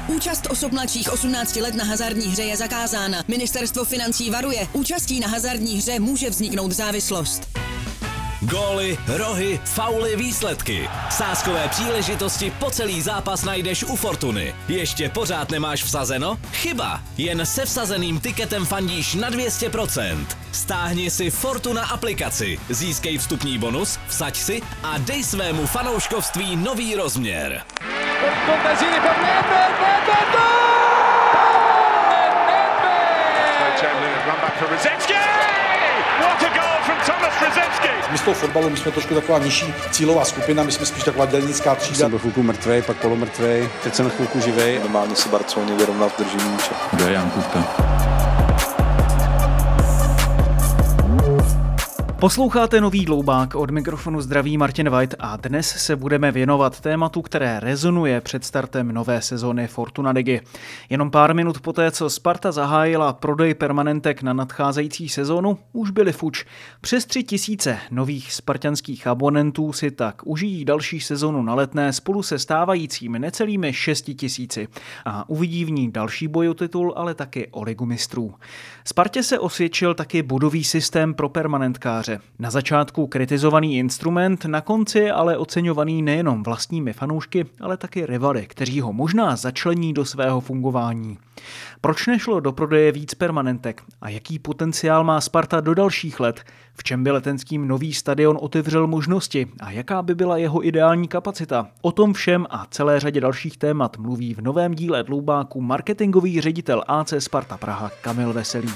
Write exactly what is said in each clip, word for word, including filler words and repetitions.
Účast osob mladších osmnácti let na hazardní hře je zakázána. Ministerstvo financí varuje, účastí na hazardní hře může vzniknout závislost. Góly, rohy, fauly, výsledky. Sázkové příležitosti po celý zápas najdeš u Fortuny. Ještě pořád nemáš vsazeno? Chyba! Jen se vsazeným tiketem fandíš na dvě stě procent. Stáhni si Fortuna aplikaci, získej vstupní bonus, vsaď si a dej svému fanouškovství nový rozměr. My z toho fotbalu, my jsme trošku taková nižší cílová skupina, my jsme spíš taková dělnická třída. Jsem byl chvilku mrtvej, pak polomrtvej, teď jsem chvilku živej. Normálně se Barceloně vyrovnal v držení míče. Kdo je Jan Kupka? Posloucháte Nový Dloubák, od mikrofonu zdraví Martin White a dnes se budeme věnovat tématu, které rezonuje před startem nové sezóny Fortuna ligy. Jenom pár minut poté, co Sparta zahájila prodej permanentek na nadcházející sezónu, už byli fuč. Přes tři tisíce nových spartanských abonentů si tak užijí další sezónu na Letné spolu se stávajícími necelými šesti tisíci a uvidí v ní další boj o titul, ale taky o ligu mistrů. Spartě se osvědčil taky bodový systém pro permanentkáře. Na začátku kritizovaný instrument, na konci ale oceňovaný nejenom vlastními fanoušky, ale taky rivaly, kteří ho možná začlení do svého fungování. Proč nešlo do prodeje víc permanentek a jaký potenciál má Sparta do dalších let? V čem by Letenským nový stadion otevřel možnosti a jaká by byla jeho ideální kapacita? O tom všem a celé řadě dalších témat mluví v novém díle Dloubáku marketingový ředitel A C Sparta Praha Kamil Veselý.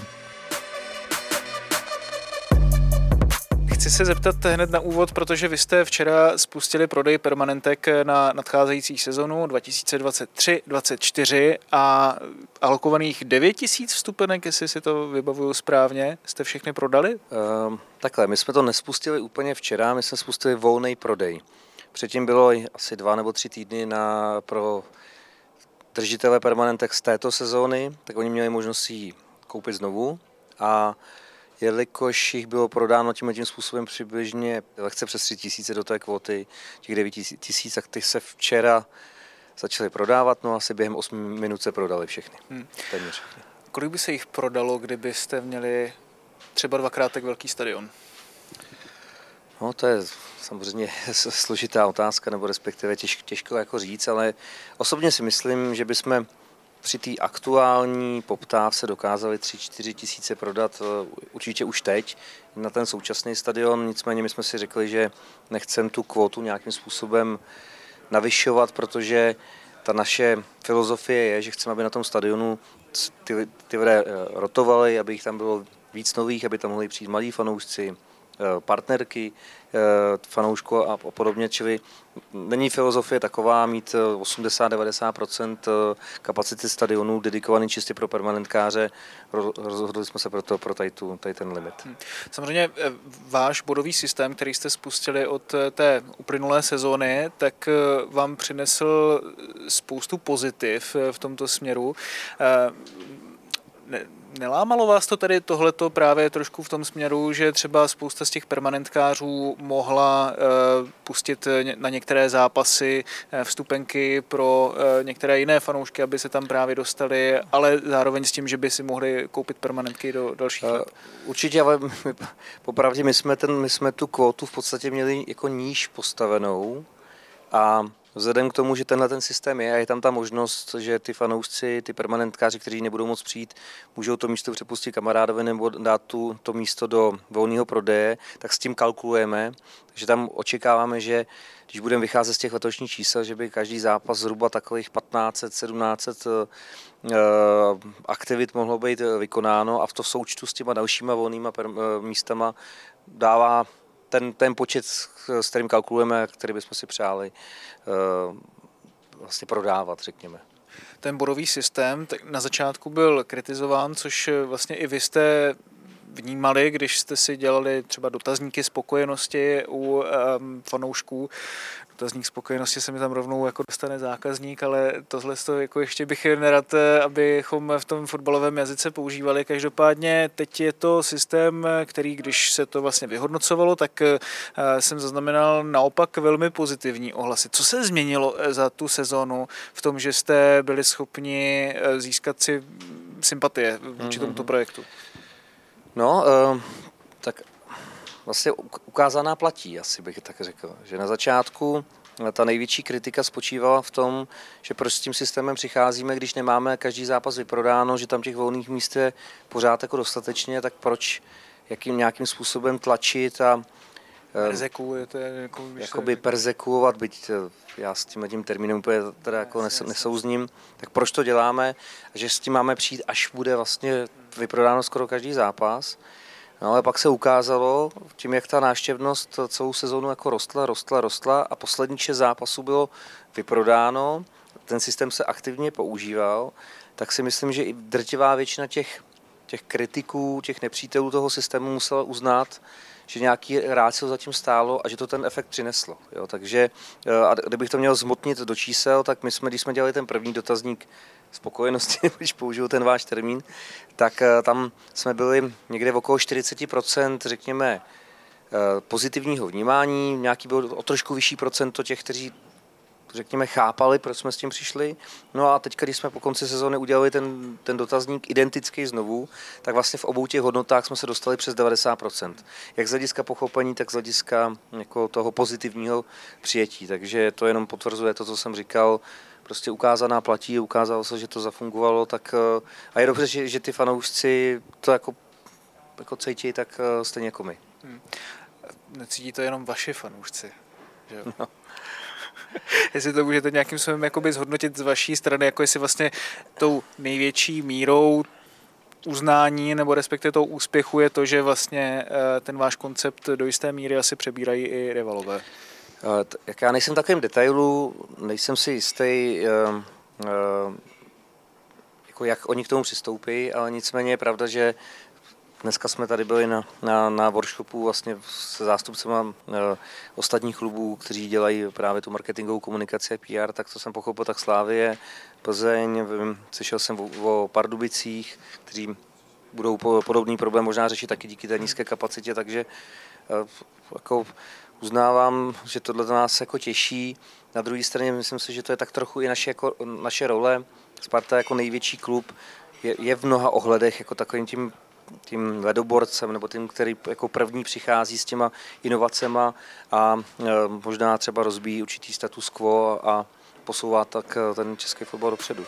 Chci se zeptat hned na úvod, protože vy jste včera spustili prodej permanentek na nadcházející sezonu dva tisíce dvacet tři dvacet čtyři a alokovaných devět tisíc vstupenek, jestli si to vybavuju správně, jste všechny prodali? Uh, takhle, my jsme to nespustili úplně včera, my jsme spustili volný prodej. Předtím bylo asi dva nebo tři týdny na, pro držitele permanentek z této sezóny, tak oni měli možnost si ji koupit znovu a jelikož jich bylo prodáno tím tím způsobem přibližně lehce přes tři tisíce do té kvóty, těch devět tisíc, tak ty se včera začaly prodávat, no asi během osmi minut se prodali všechny. Hmm. Téměř. Kolik by se jich prodalo, kdybyste měli třeba dvakrát tak velký stadion? No to je samozřejmě složitá otázka, nebo respektive těž, těžko jako říct, ale osobně si myslím, že bychom při té aktuální poptávce dokázali tři čtyři tisíce prodat určitě už teď na ten současný stadion, nicméně my jsme si řekli, že nechceme tu kvotu nějakým způsobem navyšovat, protože ta naše filozofie je, že chceme, aby na tom stadionu ty, ty lidé rotovali, aby jich tam bylo víc nových, aby tam mohli přijít mladí fanoušci, partnerky fanoušku a podobně, čili není filozofie taková mít osmdesát až devadesát procent kapacity stadionu dedikovaný čistě pro permanentkáře. Rozhodli jsme se proto pro tady, tu, tady ten limit. Samozřejmě váš bodový systém, který jste spustili od té uplynulé sezóny, tak vám přinesl spoustu pozitiv v tomto směru. Ne, nelámalo vás to tady tohleto právě trošku v tom směru, že třeba spousta z těch permanentkářů mohla uh, pustit na některé zápasy uh, vstupenky pro uh, některé jiné fanoušky, aby se tam právě dostali, ale zároveň s tím, že by si mohli koupit permanentky do dalších let? Uh, určitě, ale my, popravdě my jsme, ten, my jsme tu kvótu v podstatě měli jako níž postavenou a vzhledem k tomu, že tenhle ten systém je a je tam ta možnost, že ty fanoušci, ty permanentkáři, kteří nebudou moc přijít, můžou to místo přepustit kamarádovi nebo dát tu, to místo do volného prodeje, tak s tím kalkulujeme. Takže tam očekáváme, že když budeme vycházet z těch letošních čísel, že by každý zápas zhruba takových patnáct set, sedmnáct set uh, aktivit mohlo být vykonáno a v to součtu s těma dalšíma volnýma per, uh, místama dává Ten, ten počet, s kterým kalkulujeme, který bychom si přáli uh, vlastně prodávat, řekněme. Ten bodový systém na začátku byl kritizován, což vlastně i vy jste vnímali, když jste si dělali třeba dotazníky spokojenosti u um, fanoušků? Dotazník spokojenosti se mi tam rovnou jako dostane zákazník, ale tohle to jako ještě bych nerad, abychom v tom fotbalovém jazyce používali. Každopádně teď je to systém, který, když se to vlastně vyhodnocovalo, tak jsem zaznamenal naopak velmi pozitivní ohlasy. Co se změnilo za tu sezonu v tom, že jste byli schopni získat si sympatie vůči tomuto projektu? No, uh, tak vlastně ukázaná platí, asi bych tak řekl. Že na začátku ta největší kritika spočívala v tom, že proč s tím systémem přicházíme, když nemáme každý zápas vyprodáno, že tam těch volných míst je pořád jako dostatečně, tak proč jakým nějakým způsobem tlačit a Perzekujete, jako jakoby perzekuovat, byť já s tím tím termínem úplně teda jako nesouzním, tak proč to děláme a že s tím máme přijít, až bude vlastně vyprodáno skoro každý zápas. No ale pak se ukázalo, tím jak ta návštěvnost celou sezónu jako rostla, rostla, rostla a poslední šest zápasů bylo vyprodáno, ten systém se aktivně používal, tak si myslím, že i drtivá většina těch, těch kritiků, těch nepřítelů toho systému musela uznat, že nějaký rácio zatím stálo a že to ten efekt přineslo. Jo, takže a kdybych to měl zmotnit do čísel, tak my jsme, když jsme dělali ten první dotazník spokojenosti, když použiju ten váš termín, tak tam jsme byli někde okolo čtyřicet procent, řekněme, pozitivního vnímání, nějaký byl o trošku vyšší procento těch, kteří řekněme, chápali, proč jsme s tím přišli. No a teď, když jsme po konci sezóny udělali ten, ten dotazník identický znovu, tak vlastně v obou těch hodnotách jsme se dostali přes devadesát procent. Jak z hlediska pochopení, tak z hlediska jako toho pozitivního přijetí. Takže to jenom potvrzuje to, co jsem říkal. Prostě ukázaná platí, ukázalo se, že to zafungovalo. Tak, a je dobře, že, že ty fanoušci to jako, jako cítí tak stejně jako my. Hmm. Necítí to jenom vaši fanoušci, že jo? No. Jestli to můžete nějakým způsobem jakoby zhodnotit z vaší strany, jako jestli vlastně tou největší mírou uznání nebo respektive toho úspěchu je to, že vlastně ten váš koncept do jisté míry asi přebírají i rivalové. Jak já nejsem takovým detailu, nejsem si jistý, jako jak oni k tomu přistoupí, ale nicméně je pravda, že dneska jsme tady byli na, na, na workshopu vlastně se zástupcema e, ostatních klubů, kteří dělají právě tu marketingovou komunikaci a P R, tak to jsem pochopil, tak Slávie, Plzeň, vím, slyšel jsem o, o Pardubicích, kteří budou po, podobný problém možná řešit taky díky té nízké kapacitě, takže e, jako uznávám, že tohle nás jako těší. Na druhé straně myslím si, že to je tak trochu i naše, jako, naše role. Sparta jako největší klub je, je v mnoha ohledech jako takovým tím tím ledoborcem, nebo tím, který jako první přichází s těma inovacema a e, možná třeba rozbíjí určitý status quo a posouvá tak ten český fotbal dopředu.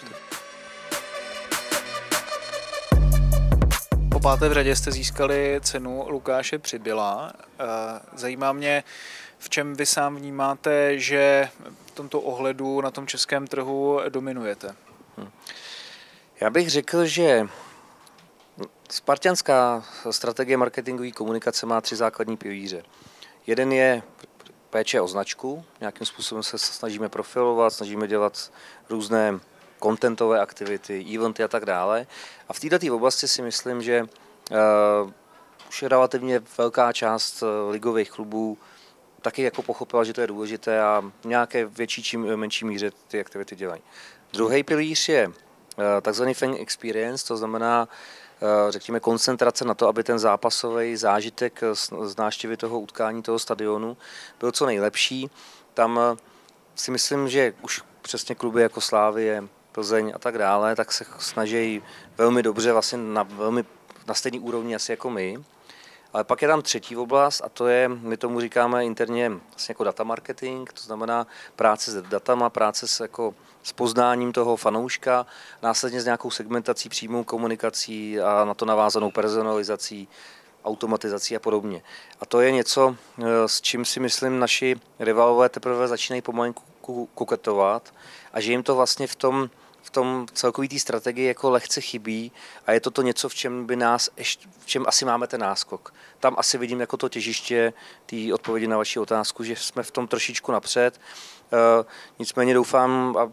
Po páté v řadě jste získali cenu Lukáše Přibyla. Zajímá mě, v čem vy sám vnímáte, že v tomto ohledu na tom českém trhu dominujete? Hm. Já bych řekl, že spartanská strategie marketingové komunikace má tři základní pilíře. Jeden je péče o značku, nějakým způsobem se snažíme profilovat, snažíme dělat různé contentové aktivity, eventy a tak dále. A v této oblasti si myslím, že uh, už je relativně velká část uh, ligových klubů taky jako pochopila, že to je důležité a nějaké větší či menší míře ty aktivity dělají. Druhý pilíř je uh, takzvaný fan experience, to znamená řekněme koncentrace na to, aby ten zápasový zážitek z návštěvy toho utkání, toho stadionu byl co nejlepší. Tam si myslím, že už přesně kluby jako Slávie, Plzeň a tak dále, tak se snaží velmi dobře, vlastně na, velmi, na stejný úrovni asi jako my. Ale pak je tam třetí oblast a to je, my tomu říkáme interně vlastně jako data marketing, to znamená práce s datama, práce s, jako, s poznáním toho fanouška, následně s nějakou segmentací, přímou komunikací a na to navázanou personalizací, automatizací a podobně. A to je něco, s čím si myslím naši rivalové teprve začínají pomalinku koketovat a že jim to vlastně v tom v tom celkový té strategii jako lehce chybí a je to to něco, v čem by nás, ještě, v čem asi máme ten náskok. Tam asi vidím jako to těžiště té odpovědi na vaši otázku, že jsme v tom trošičku napřed. E, nicméně doufám, a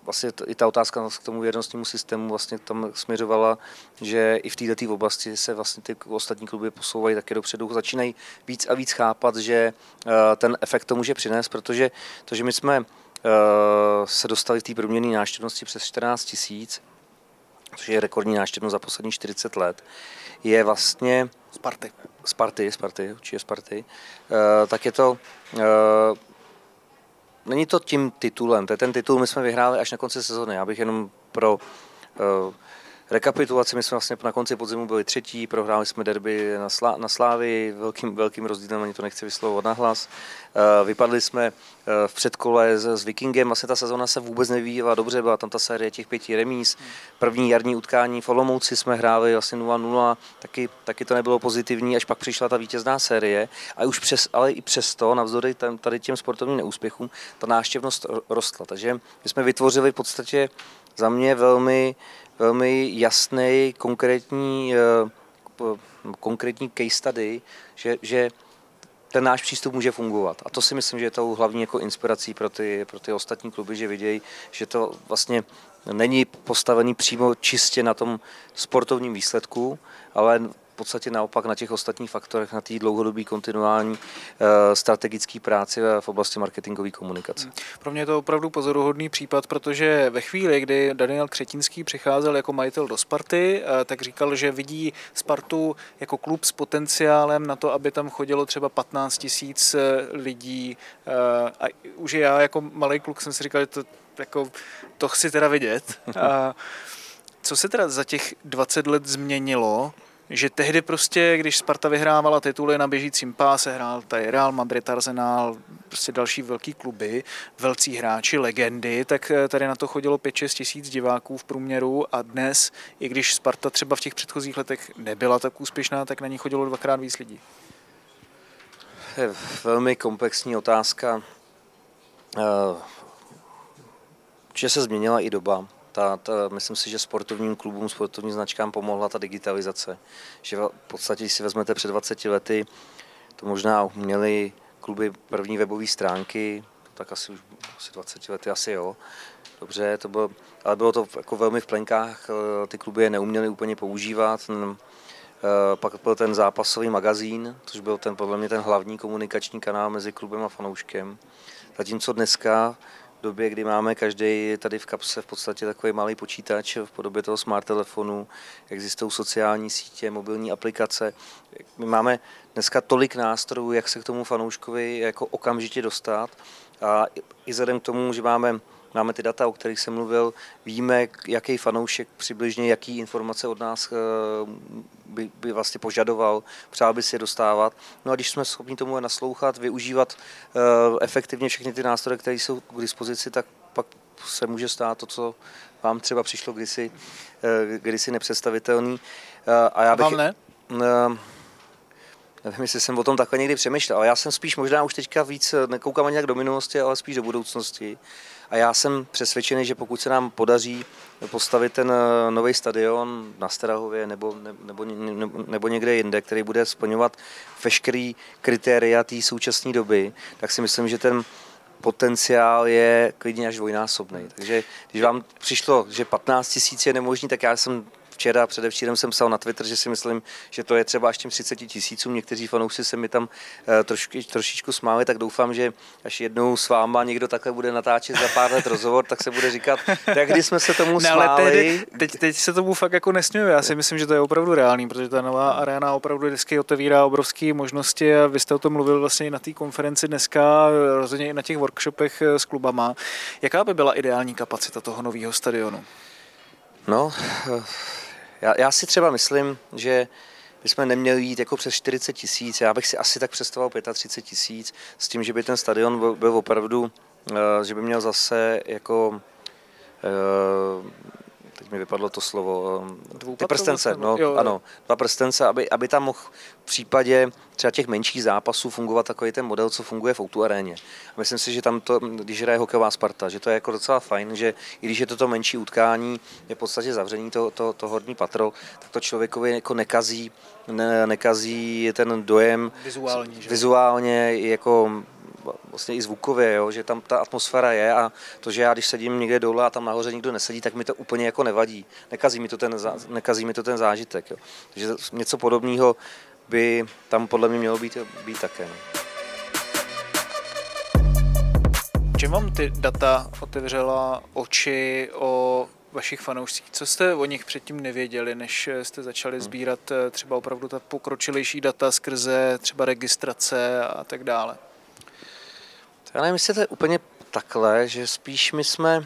vlastně t- i ta otázka k tomu věrnostnímu systému vlastně tam směřovala, že i v této oblasti se vlastně ty ostatní kluby posouvají taky dopředu, začínají víc a víc chápat, že uh, ten efekt to může přinést, protože to, že my jsme uh, se dostali v té průměrné návštěvnosti přes čtrnáct tisíc, což je rekordní návštěvnost za poslední čtyřicet let, je vlastně Sparty. Sparty, Sparty, určitě Sparty, uh, tak je to, uh, není to tím titulem, to je ten titul, my jsme vyhráli až na konci sezóny, já bych jenom pro uh, rekapitulaci, my jsme vlastně na konci podzimu byli třetí, prohráli jsme derby na, Slá, na Slávii, velkým, velkým rozdílem, ani to nechci vyslovovat nahlas. Uh, vypadli jsme uh, v předkole s, s Vikingem, vlastně ta sezóna se vůbec nevyvíjela dobře, byla tam ta série těch pěti remíz. První jarní utkání v Olomouci jsme hráli vlastně nula nula, taky, taky to nebylo pozitivní, až pak přišla ta vítězná série. A už přes, ale i přesto, navzdory tady těm sportovním neúspěchům, ta návštěvnost rostla. Takže my jsme vytvořili v podstatě za mě velmi velmi jasný, konkrétní, konkrétní case study, že, že ten náš přístup může fungovat. A to si myslím, že je tou hlavní jako inspirací pro ty, pro ty ostatní kluby, že vidějí, že to vlastně není postavený přímo čistě na tom sportovním výsledku, ale v podstatě naopak na těch ostatních faktorech, na té dlouhodobé kontinuální uh, strategické práci v oblasti marketingové komunikace. Pro mě je to opravdu pozoruhodný případ, protože ve chvíli, kdy Daniel Křetínský přicházel jako majitel do Sparty, tak říkal, že vidí Spartu jako klub s potenciálem na to, aby tam chodilo třeba patnáct tisíc lidí. A už já jako malý kluk jsem si říkal, že to, jako, to chci teda vidět. A co se teda za těch dvacet let změnilo, že tehdy prostě, když Sparta vyhrávala tituly na běžícím páse, hrál tady Real Madrid, Arsenal, prostě další velký kluby, velcí hráči, legendy, tak tady na to chodilo pět šest tisíc diváků v průměru a dnes, i když Sparta třeba v těch předchozích letech nebyla tak úspěšná, tak na ní chodilo dvakrát víc lidí. Je velmi komplexní otázka. Že se změnila i doba. Ta, ta, myslím si, že sportovním klubům, sportovním značkám pomohla ta digitalizace. Že v podstatě, když si vezmete před dvaceti lety, to možná měly kluby první webové stránky, tak asi už asi dvacet lety, asi jo. Dobře, to bylo, ale bylo to jako velmi v plenkách, ty kluby je neuměly úplně používat. Pak byl ten zápasový magazín, což byl ten, podle mě ten hlavní komunikační kanál mezi klubem a fanouškem. Zatímco dneska, v době, kdy máme každý tady v kapse v podstatě takový malý počítač v podobě toho smart telefonu, existují sociální sítě, mobilní aplikace. My máme dneska tolik nástrojů, jak se k tomu fanouškovi jako okamžitě dostat. A i vzhledem k tomu, že máme, máme ty data, o kterých jsem mluvil, víme, jaký fanoušek přibližně, jaký informace od nás by, by vlastně požadoval, přál by si je dostávat. No a když jsme schopni tomu naslouchat, využívat uh, efektivně všechny ty nástroje, které jsou k dispozici, tak pak se může stát to, co vám třeba přišlo kdysi, uh, kdysi nepředstavitelný. Uh, a já bych, vám ne? Uh, nevím, jestli jsem o tom takhle někdy přemýšlel, ale já jsem spíš možná už teďka víc, nekoukám ani jak do minulosti, ale spíš do budoucnosti. A já jsem přesvědčený, že pokud se nám podaří postavit ten nový stadion na Strahově nebo, nebo, nebo, nebo někde jinde, který bude splňovat veškerý kritéria té současné doby, tak si myslím, že ten potenciál je klidně až dvojnásobný. Takže když vám přišlo, že patnáct tisíc je nemožný, tak já jsem včera, předevčírem jsem psal na Twitter, že si myslím, že to je třeba až těm třiceti tisícům. Někteří fanoušci se mi tam uh, trošku, trošičku smáli, tak doufám, že až jednou s váma někdo takhle bude natáčet za pár let rozhovor, tak se bude říkat, tak když jsme se tomu smáli. Ne, ale tehdy, teď, teď se tomu fakt jako nesměju. Já si myslím, že to je opravdu reálný, protože ta nová aréna opravdu vždycky otevírá obrovské možnosti a vy jste o tom mluvil vlastně i na té konferenci dneska, rozhodně i na těch workshopech s klubama. Jaká by byla ideální kapacita toho nového stadionu? No, já, já si třeba myslím, že bychom neměli jít jako přes čtyřicet tisíc, já bych si asi tak představoval třicet pět tisíc s tím, že by ten stadion byl, byl opravdu, že by měl zase jako, teď mi vypadlo to slovo, ty prstence, no, jo, ano, dva prstence, aby, aby tam mohl v případě třeba těch menších zápasů fungovat takový ten model, co funguje v ó dva aréně. A myslím si, že tam to, když hraje hokejová Sparta, že to je jako docela fajn, že i když je to to menší utkání, je v podstatě zavření to, to, to horní patro, tak to člověkovi jako nekazí, ne, nekazí ten dojem vizuální, že? Vizuálně jako vlastně i zvukově, jo, že tam ta atmosféra je a to, že já když sedím někde dole a tam nahoře nikdo nesedí, tak mi to úplně jako nevadí. Nekazí mi to ten, nekazí mi to ten zážitek. Jo. Takže něco podobného by tam podle mě mělo být, být také. No. Čím vám ty data otevřela oči o vašich fanoušcích? Co jste o nich předtím nevěděli, než jste začali sbírat třeba opravdu ta pokročilejší data skrze třeba registrace a tak dále? Já nevím, jestli to je úplně takhle, že spíš my jsme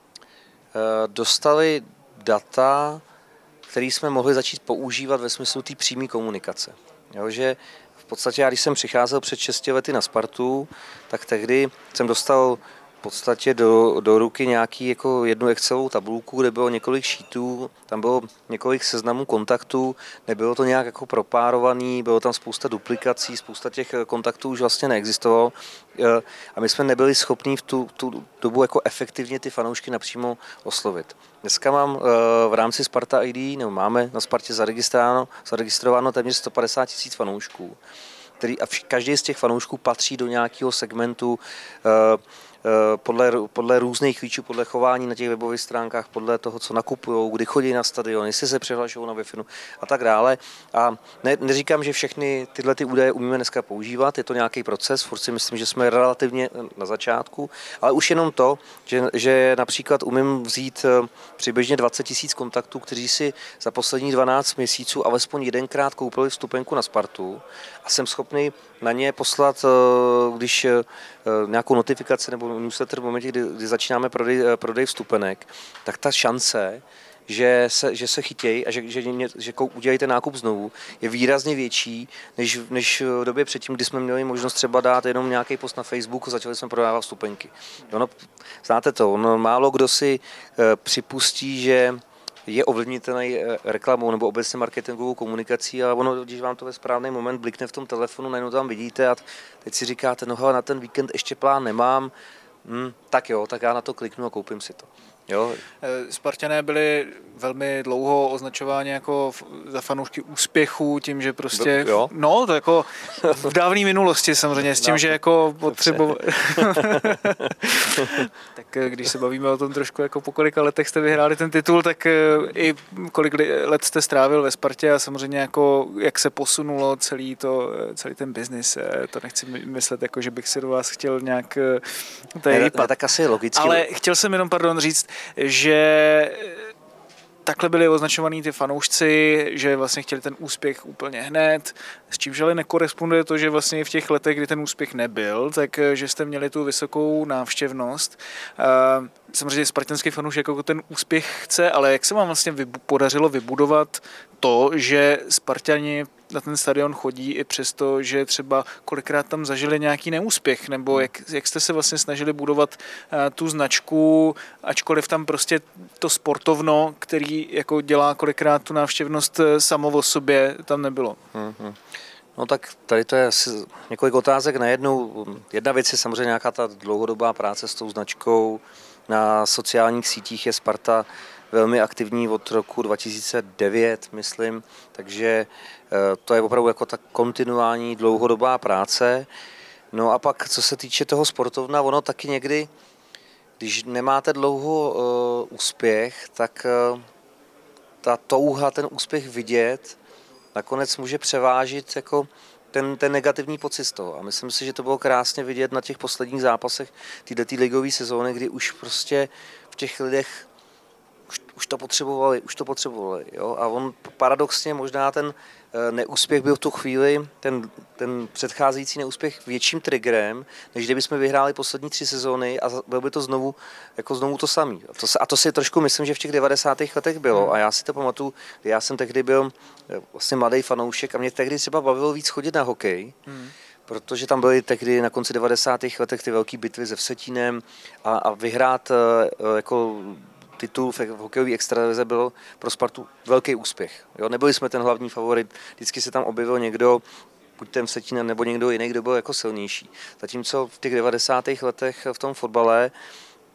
dostali data, které jsme mohli začít používat ve smyslu té přímé komunikace. Jo, že v podstatě já, když jsem přicházel před šesti lety na Spartu, tak tehdy jsem dostal v podstatě do, do ruky nějaký jako jednu Excelovou tabulku, kde bylo několik sheetů, tam bylo několik seznamů kontaktů, nebylo to nějak jako propárovaný, bylo tam spousta duplikací, spousta těch kontaktů už vlastně neexistovalo a my jsme nebyli schopní v tu, tu dobu jako efektivně ty fanoušky napřímo oslovit. Dneska mám v rámci Sparta I D, nebo máme na Spartě zaregistrováno, zaregistrováno téměř sto padesát tisíc fanoušků, který, a každý z těch fanoušků patří do nějakého segmentu podle, podle různých klíčů, podle chování na těch webových stránkách, podle toho, co nakupují, kdy chodí na stadion, jestli se přihlašují na Wi-Fi a tak dále. A ne, neříkám, že všechny tyhle ty údaje umíme dneska používat, je to nějaký proces, furt si myslím, že jsme relativně na začátku, ale už jenom to, že, že například umím vzít přibližně dvacet tisíc kontaktů, kteří si za poslední dvanáct měsíců alespoň jedenkrát koupili vstupenku na Spartu a jsem schopný na ně poslat, když nějakou notifikaci nebo newsletter v momentě, kdy, kdy začínáme prodej, prodej vstupenek, tak ta šance, že se, že se chytějí a že, že, že udělají ten nákup znovu, je výrazně větší, než, než v době předtím, kdy jsme měli možnost třeba dát jenom nějaký post na Facebooku, začali jsme prodávat vstupenky. Ono, znáte to, ono, málo kdo si e, připustí, že je ovlivnitelný reklamou nebo obecně marketingovou komunikací, ale ono, když vám to ve správný moment blikne v tom telefonu, najednou tam vidíte a teď si říkáte, no hele, na ten víkend ještě plán nemám, hmm, tak jo, tak já na to kliknu a koupím si to. Jo. Spartané byli velmi dlouho označováni jako za fanoušky úspěchu, tím, že prostě, jo. no to jako v dávné minulosti samozřejmě, s tím, no. že jako potřebovali. Tak když se bavíme o tom trošku, jako po kolika letech jste vyhráli ten titul, tak i kolik let jste strávil ve Spartě a samozřejmě jako jak se posunulo celý, to, celý ten biznis, to nechci myslet, jako že bych si do vás chtěl nějak tady ne, ne, tak asi logicky. Ale chtěl jsem jenom, pardon, říct, že takhle byli označovaní ty fanoušci, že vlastně chtěli ten úspěch úplně hned, s čímž ale nekoresponduje to, že vlastně v těch letech, kdy ten úspěch nebyl, tak že jste měli tu vysokou návštěvnost. Samozřejmě spartanský fanoušek jako ten úspěch chce, ale jak se vám vlastně vybu- podařilo vybudovat to, že Spartani na ten stadion chodí i přesto, že třeba kolikrát tam zažili nějaký neúspěch, nebo jak, jak jste se vlastně snažili budovat uh, tu značku, ačkoliv tam prostě to sportovno, který jako dělá kolikrát tu návštěvnost samo o sobě, tam nebylo. Mm-hmm. No tak tady to je asi několik otázek na jednu. Jedna věc je samozřejmě nějaká ta dlouhodobá práce s tou značkou. Na sociálních sítích je Sparta velmi aktivní od roku dva tisíce devět, myslím, takže to je opravdu jako ta kontinuální dlouhodobá práce. No a pak, co se týče toho sportovna, ono taky někdy, když nemáte dlouho uh, úspěch, tak uh, ta touha ten úspěch vidět nakonec může převážit jako ten, ten negativní pocit z toho. A myslím si, že to bylo krásně vidět na těch posledních zápasech této ligové sezóny, kdy už prostě v těch lidech už, už to potřebovali, už to potřebovali. Jo? A on paradoxně možná ten neúspěch byl v tu chvíli, ten, ten předcházející neúspěch větším triggerem, než kdybychom vyhráli poslední tři sezóny a byl by to znovu, jako znovu to samý. A to, a to si trošku myslím, že v těch devadesátých letech bylo. A já si to pamatuju, já jsem tehdy byl vlastně mladý fanoušek a mě tehdy třeba bavilo víc chodit na hokej, hmm. protože tam byly tehdy na konci devadesátých letech ty velké bitvy se Vsetínem a, a vyhrát jako titul v hokejové extralize byl pro Spartu velký úspěch. Jo, nebyli jsme ten hlavní favorit, vždycky se tam objevil někdo, buď ten Vsetín nebo někdo jiný, kdo byl jako silnější. Zatímco v těch devadesátých letech v tom fotbale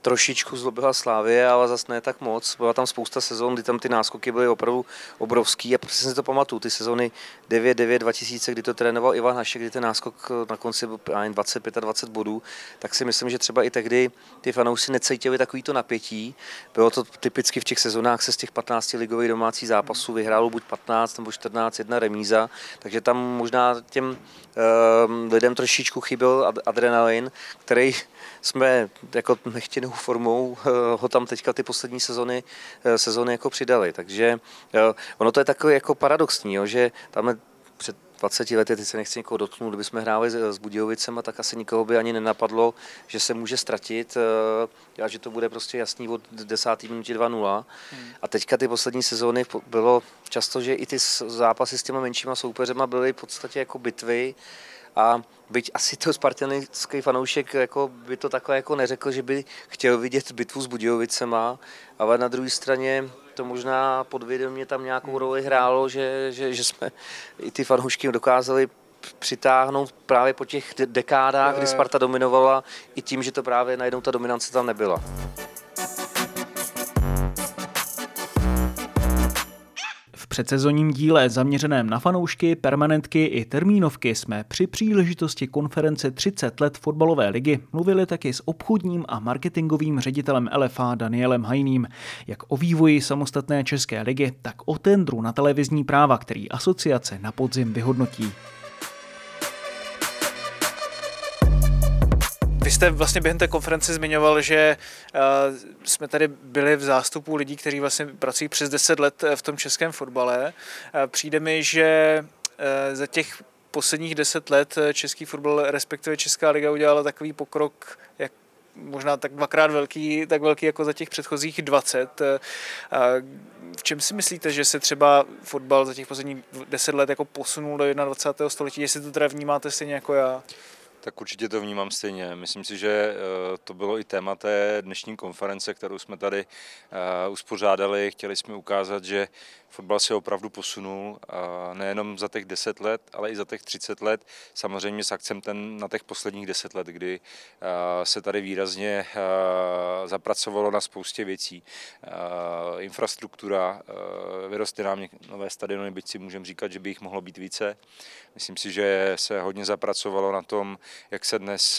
trošičku zlobila Slávie, ale zase ne tak moc. Byla tam spousta sezon, kdy tam ty náskoky byly opravdu obrovský a přesně si to pamatuju, ty sezony devět devět dva tisíce, kdy to trénoval Ivan Hašek, kdy ten náskok na konci byl dvacet pět dvacet bodů, tak si myslím, že třeba i tehdy ty fanoušci necítili takovýto napětí. Bylo to typicky v těch sezonách se z těch patnácti ligových domácích zápasů vyhrálo buď patnáct nebo čtrnáct, jedna remíza, takže tam možná těm uh, lidem trošičku chyběl adrenalin, který jsme jako nechtěnou formou uh, ho tam teďka ty poslední sezony, uh, sezony jako přidali. Takže uh, ono to je takový jako paradoxní, jo, že tam před dvaceti lety, teď se nechci někoho dotknout, kdyby jsme hráli s Budějovicema, tak asi nikoho by ani nenapadlo, že se může ztratit a že to bude prostě jasný od desáté minutě dva nula. Hmm. A teďka ty poslední sezóny bylo často, že i ty zápasy s těma menšíma soupeřema byly v podstatě jako bitvy a byť asi to spartanický fanoušek jako by to takhle jako neřekl, že by chtěl vidět bitvu s Budějovicema, ale na druhé straně to možná podvědomě tam nějakou roli hrálo, že, že, že jsme i ty fanoušky dokázali přitáhnout právě po těch dekádách, kdy Sparta dominovala, i tím, že to právě najednou ta dominance tam nebyla. V předsezonním díle zaměřeném na fanoušky, permanentky i termínovky jsme při příležitosti konference třicet let fotbalové ligy mluvili taky s obchodním a marketingovým ředitelem L F A Danielem Hajným, jak o vývoji samostatné české ligy, tak o tendru na televizní práva, který asociace na podzim vyhodnotí. Vy jste vlastně během té konference zmiňoval, že uh, jsme tady byli v zástupu lidí, kteří vlastně pracují přes deset let v tom českém fotbale. Uh, přijde mi, že uh, za těch posledních deset let český fotbal, respektive Česká liga udělala takový pokrok, jak možná tak dvakrát velký, tak velký jako za těch předchozích dvacet. V čem si myslíte, že se třeba fotbal za těch posledních deset let jako posunul do dvacátého prvního století, jestli to teda vnímáte stejně jako já? Tak určitě to vnímám stejně. Myslím si, že to bylo i téma té dnešní konference, kterou jsme tady uspořádali. Chtěli jsme ukázat, že fotbal se opravdu posunul, nejenom za těch deset let, ale i za těch třicet let. Samozřejmě s akcentem na těch posledních deset let, kdy se tady výrazně zapracovalo na spoustě věcí. Infrastruktura, vyrostly nám nové stadiony, byť si můžeme říkat, že by jich mohlo být více. Myslím si, že se hodně zapracovalo na tom, jak se dnes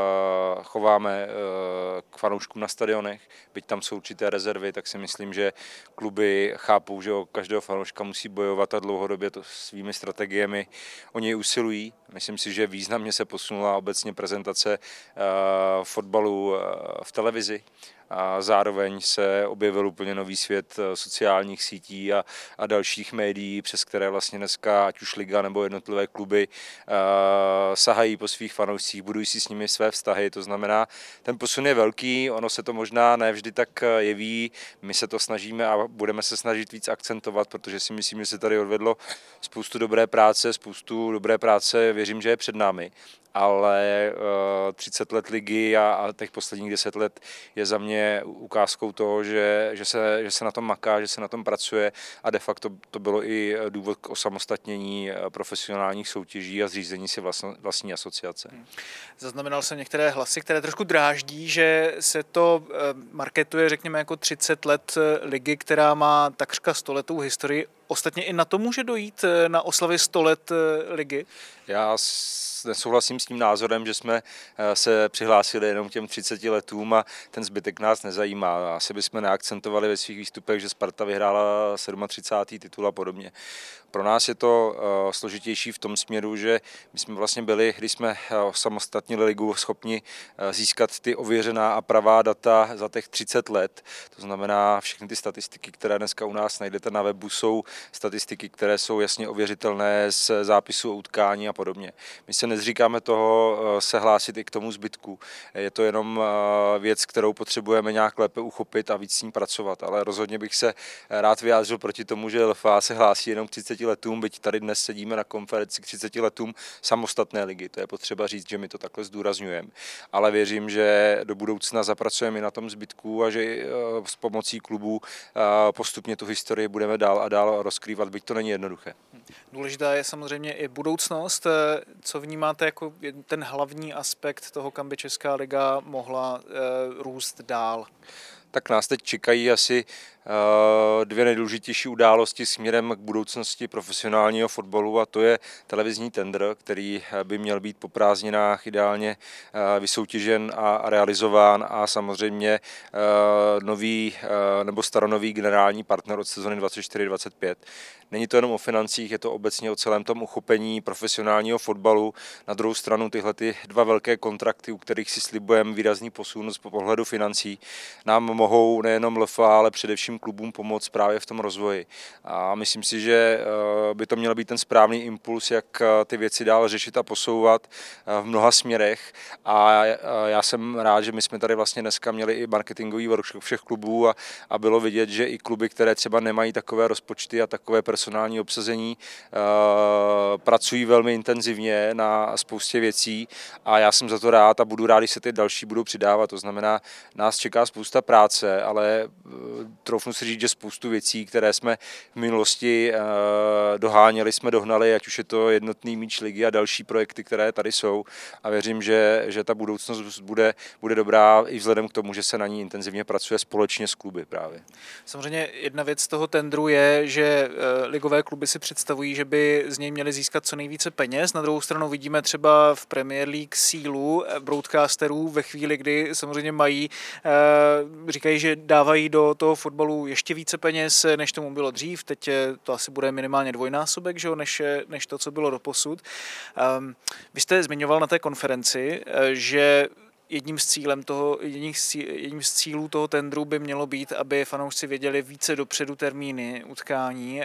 chováme k fanouškům na stadionech. Byť tam jsou určité rezervy, tak si myslím, že kluby chápou, že o každého fanouška musí bojovat a dlouhodobě to svými strategiemi o něj usilují. Myslím si, že významně se posunula obecně prezentace fotbalu v televizi. A zároveň se objevil úplně nový svět sociálních sítí a, a dalších médií, přes které vlastně dneska, ať už liga nebo jednotlivé kluby, uh, sahají po svých fanoušcích, budují si s nimi své vztahy. To znamená, ten posun je velký, ono se to možná ne vždy tak jeví, my se to snažíme a budeme se snažit víc akcentovat, protože si myslím, že se tady odvedlo spoustu dobré práce, spoustu dobré práce, věřím, že je před námi. Ale uh, třicet let ligy a, a těch posledních deset let je za mě ukázkou toho, že, že, se, že se na tom maká, že se na tom pracuje a de facto to bylo i důvod k osamostatnění profesionálních soutěží a zřízení si vlastní, vlastní asociace. Zaznamenal jsem některé hlasy, které trošku dráždí, že se to marketuje, řekněme, jako třicet let ligy, která má takřka stoletou historii. Ostatně i na to může dojít na oslavě sto let ligy? Já nesouhlasím s tím názorem, že jsme se přihlásili jenom těm třiceti letům a ten zbytek nás nezajímá. Asi bychom neakcentovali ve svých výstupech, že Sparta vyhrála třicátý sedmý titul a podobně. Pro nás je to složitější v tom směru, že my jsme vlastně byli, když jsme osamostatnili ligu, schopni získat ty ověřená a pravá data za těch třicet let. To znamená, všechny ty statistiky, které dneska u nás najdete na webu, jsou statistiky, které jsou jasně ověřitelné z zápisu o utkání a podobně. My se nezříkáme toho se hlásit i k tomu zbytku. Je to jenom věc, kterou potřebujeme nějak lépe uchopit a víc s ní pracovat, ale rozhodně bych se rád vyjádřil proti tomu, že L F A se hlásí jenom k třiceti letům, byť tady dnes sedíme na konferenci k třiceti letům samostatné ligy. To je potřeba říct, že my to takhle zdůrazňujeme. Ale věřím, že do budoucna zapracujeme i na tom zbytku a že s pomocí klubů postupně tu historii budeme dál a dál rozkrývat, byť to není jednoduché. Důležitá je samozřejmě i budoucnost. Co vnímáte jako ten hlavní aspekt toho, kam by Česká liga mohla růst dál? Tak nás teď čekají asi dvě nejdůležitější události směrem k budoucnosti profesionálního fotbalu, a to je televizní tendr, který by měl být po prázdninách ideálně vysoutěžen a realizován, a samozřejmě nový nebo staronový generální partner od sezony dvacet čtyři dvacet pět. Není to jenom o financích, je to obecně o celém tom uchopení profesionálního fotbalu. Na druhou stranu tyhle ty dva velké kontrakty, u kterých si slibujeme výrazný posun z pohledu financí, nám mohou nejenom L F A, ale především klubům pomoct právě v tom rozvoji. A myslím si, že by to měl být ten správný impuls, jak ty věci dál řešit a posouvat v mnoha směrech. A já jsem rád, že my jsme tady vlastně dneska měli i marketingový workshop všech klubů a, a bylo vidět, že i kluby, které třeba nemají takové rozpočty a takové personální obsazení, pracují velmi intenzivně na spoustě věcí, a já jsem za to rád a budu rád, když se ty další budou přidávat. To znamená, nás čeká spousta práce, ale troufnu si říct, že spoustu věcí, které jsme v minulosti doháněli, jsme dohnali, ať už je to jednotný míč ligy a další projekty, které tady jsou, a věřím, že, že ta budoucnost bude, bude dobrá i vzhledem k tomu, že se na ní intenzivně pracuje společně s kluby právě. Samozřejmě jedna věc z toho tendru je, že ligové kluby si představují, že by z něj měli získat co nejvíce peněz. Na druhou stranu vidíme třeba v Premier League sílu broadcasterů ve chvíli, kdy samozřejmě mají, říkají, že dávají do toho fotbalu ještě více peněz, než tomu bylo dřív. Teď to asi bude minimálně dvojnásobek, že jo, než, než to, co bylo doposud. Um, vy jste zmiňoval na té konferenci, že jedním z, cílem toho, jedním, z cíl, jedním z cílů toho tendru by mělo být, aby fanoušci věděli více dopředu termíny utkání.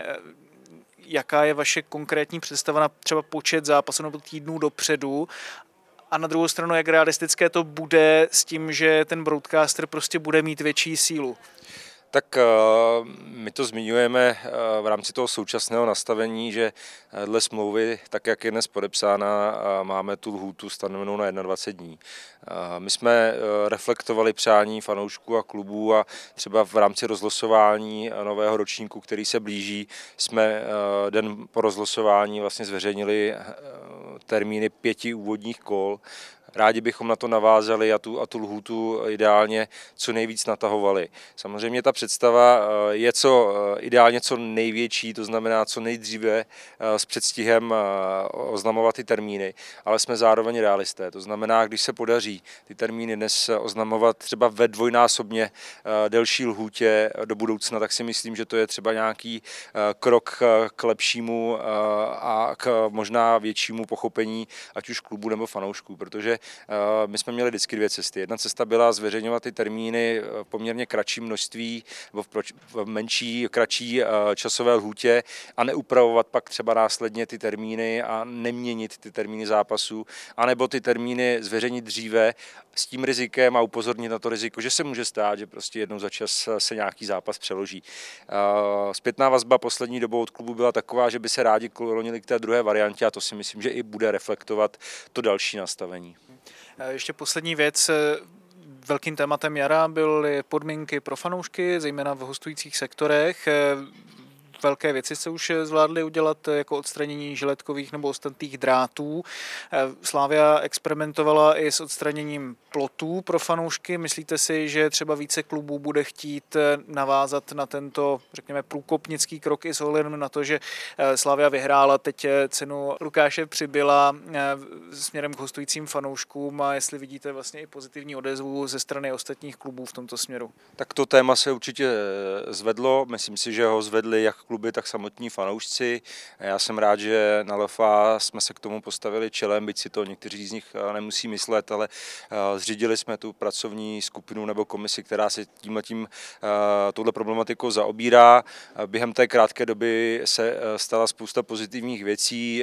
Jaká je vaše konkrétní představa na třeba počet zápasů nebo týdnů dopředu? A na druhou stranu, jak realistické to bude s tím, že ten broadcaster prostě bude mít větší sílu? Tak my to zmiňujeme v rámci toho současného nastavení, že dle smlouvy, tak jak je dnes podepsána, máme tu lhůtu stanovenou na dvacet jedna dní. My jsme reflektovali přání fanoušků a klubů a třeba v rámci rozlosování nového ročníku, který se blíží, jsme den po rozlosování vlastně zveřejnili termíny pěti úvodních kol. Rádi bychom na to navázali a tu, a tu lhůtu ideálně co nejvíc natahovali. Samozřejmě ta představa je co ideálně co největší, to znamená co nejdříve s předstihem oznamovat ty termíny, ale jsme zároveň realisté. To znamená, když se podaří ty termíny dnes oznamovat třeba ve dvojnásobně delší lhůtě do budoucna, tak si myslím, že to je třeba nějaký krok k lepšímu a k možná většímu pochopení ať už klubu nebo fanoušků, protože my jsme měli vždycky dvě cesty. Jedna cesta byla zveřejňovat ty termíny v poměrně kratším množství nebo v menší, kratší časové lhůtě a neupravovat pak třeba následně ty termíny a neměnit ty termíny zápasů, anebo ty termíny zveřejnit dříve s tím rizikem a upozornit na to riziko, že se může stát, že prostě jednou za čas se nějaký zápas přeloží. Zpětná vazba poslední dobou od klubu byla taková, že by se rádi klonili k té druhé variantě, a to si myslím, že i bude reflektovat to další nastavení. Ještě poslední věc. Velkým tématem jara byly podmínky pro fanoušky, zejména v hostujících sektorech. Velké věci se už zvládly udělat, jako odstranění žiletkových nebo ostatních drátů. Slavia experimentovala i s odstraněním plotů pro fanoušky. Myslíte si, že třeba více klubů bude chtít navázat na tento, řekněme, průkopnický krok i s ohledem na to, že Slavia vyhrála teď cenu Lukáše Přibyla směrem k hostujícím fanouškům, a jestli vidíte vlastně i pozitivní odezvu ze strany ostatních klubů v tomto směru? Tak to téma se určitě zvedlo. Myslím si, že ho zvedli jak kluby, tak samotní fanoušci. Já jsem rád, že na L F A jsme se k tomu postavili čelem, byť si to někteří z nich nemusí myslet, ale zřídili jsme tu pracovní skupinu nebo komisi, která se tímhletím touhle problematikou zaobírá. Během té krátké doby se stala spousta pozitivních věcí.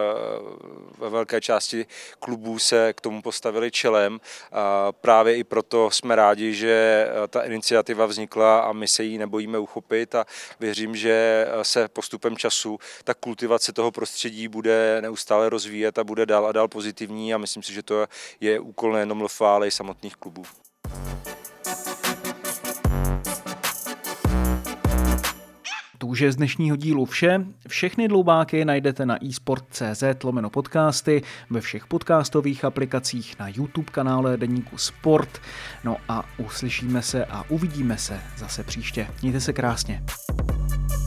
Ve velké části klubů se k tomu postavili čelem. Právě i proto jsme rádi, že ta iniciativa vznikla a my se jí nebojíme uchopit, a věřím, že se postupem času ta kultivace toho prostředí bude neustále rozvíjet a bude dál a dál pozitivní, a myslím si, že to je úkol nejenom L F A, ale i samotných klubů. už je z dnešního dílu vše. Všechny dloubáky najdete na esport tečka cé zet lomeno podcasty, ve všech podcastových aplikacích, na YouTube kanále Deníku Sport. No a uslyšíme se a uvidíme se zase příště. Mějte se krásně.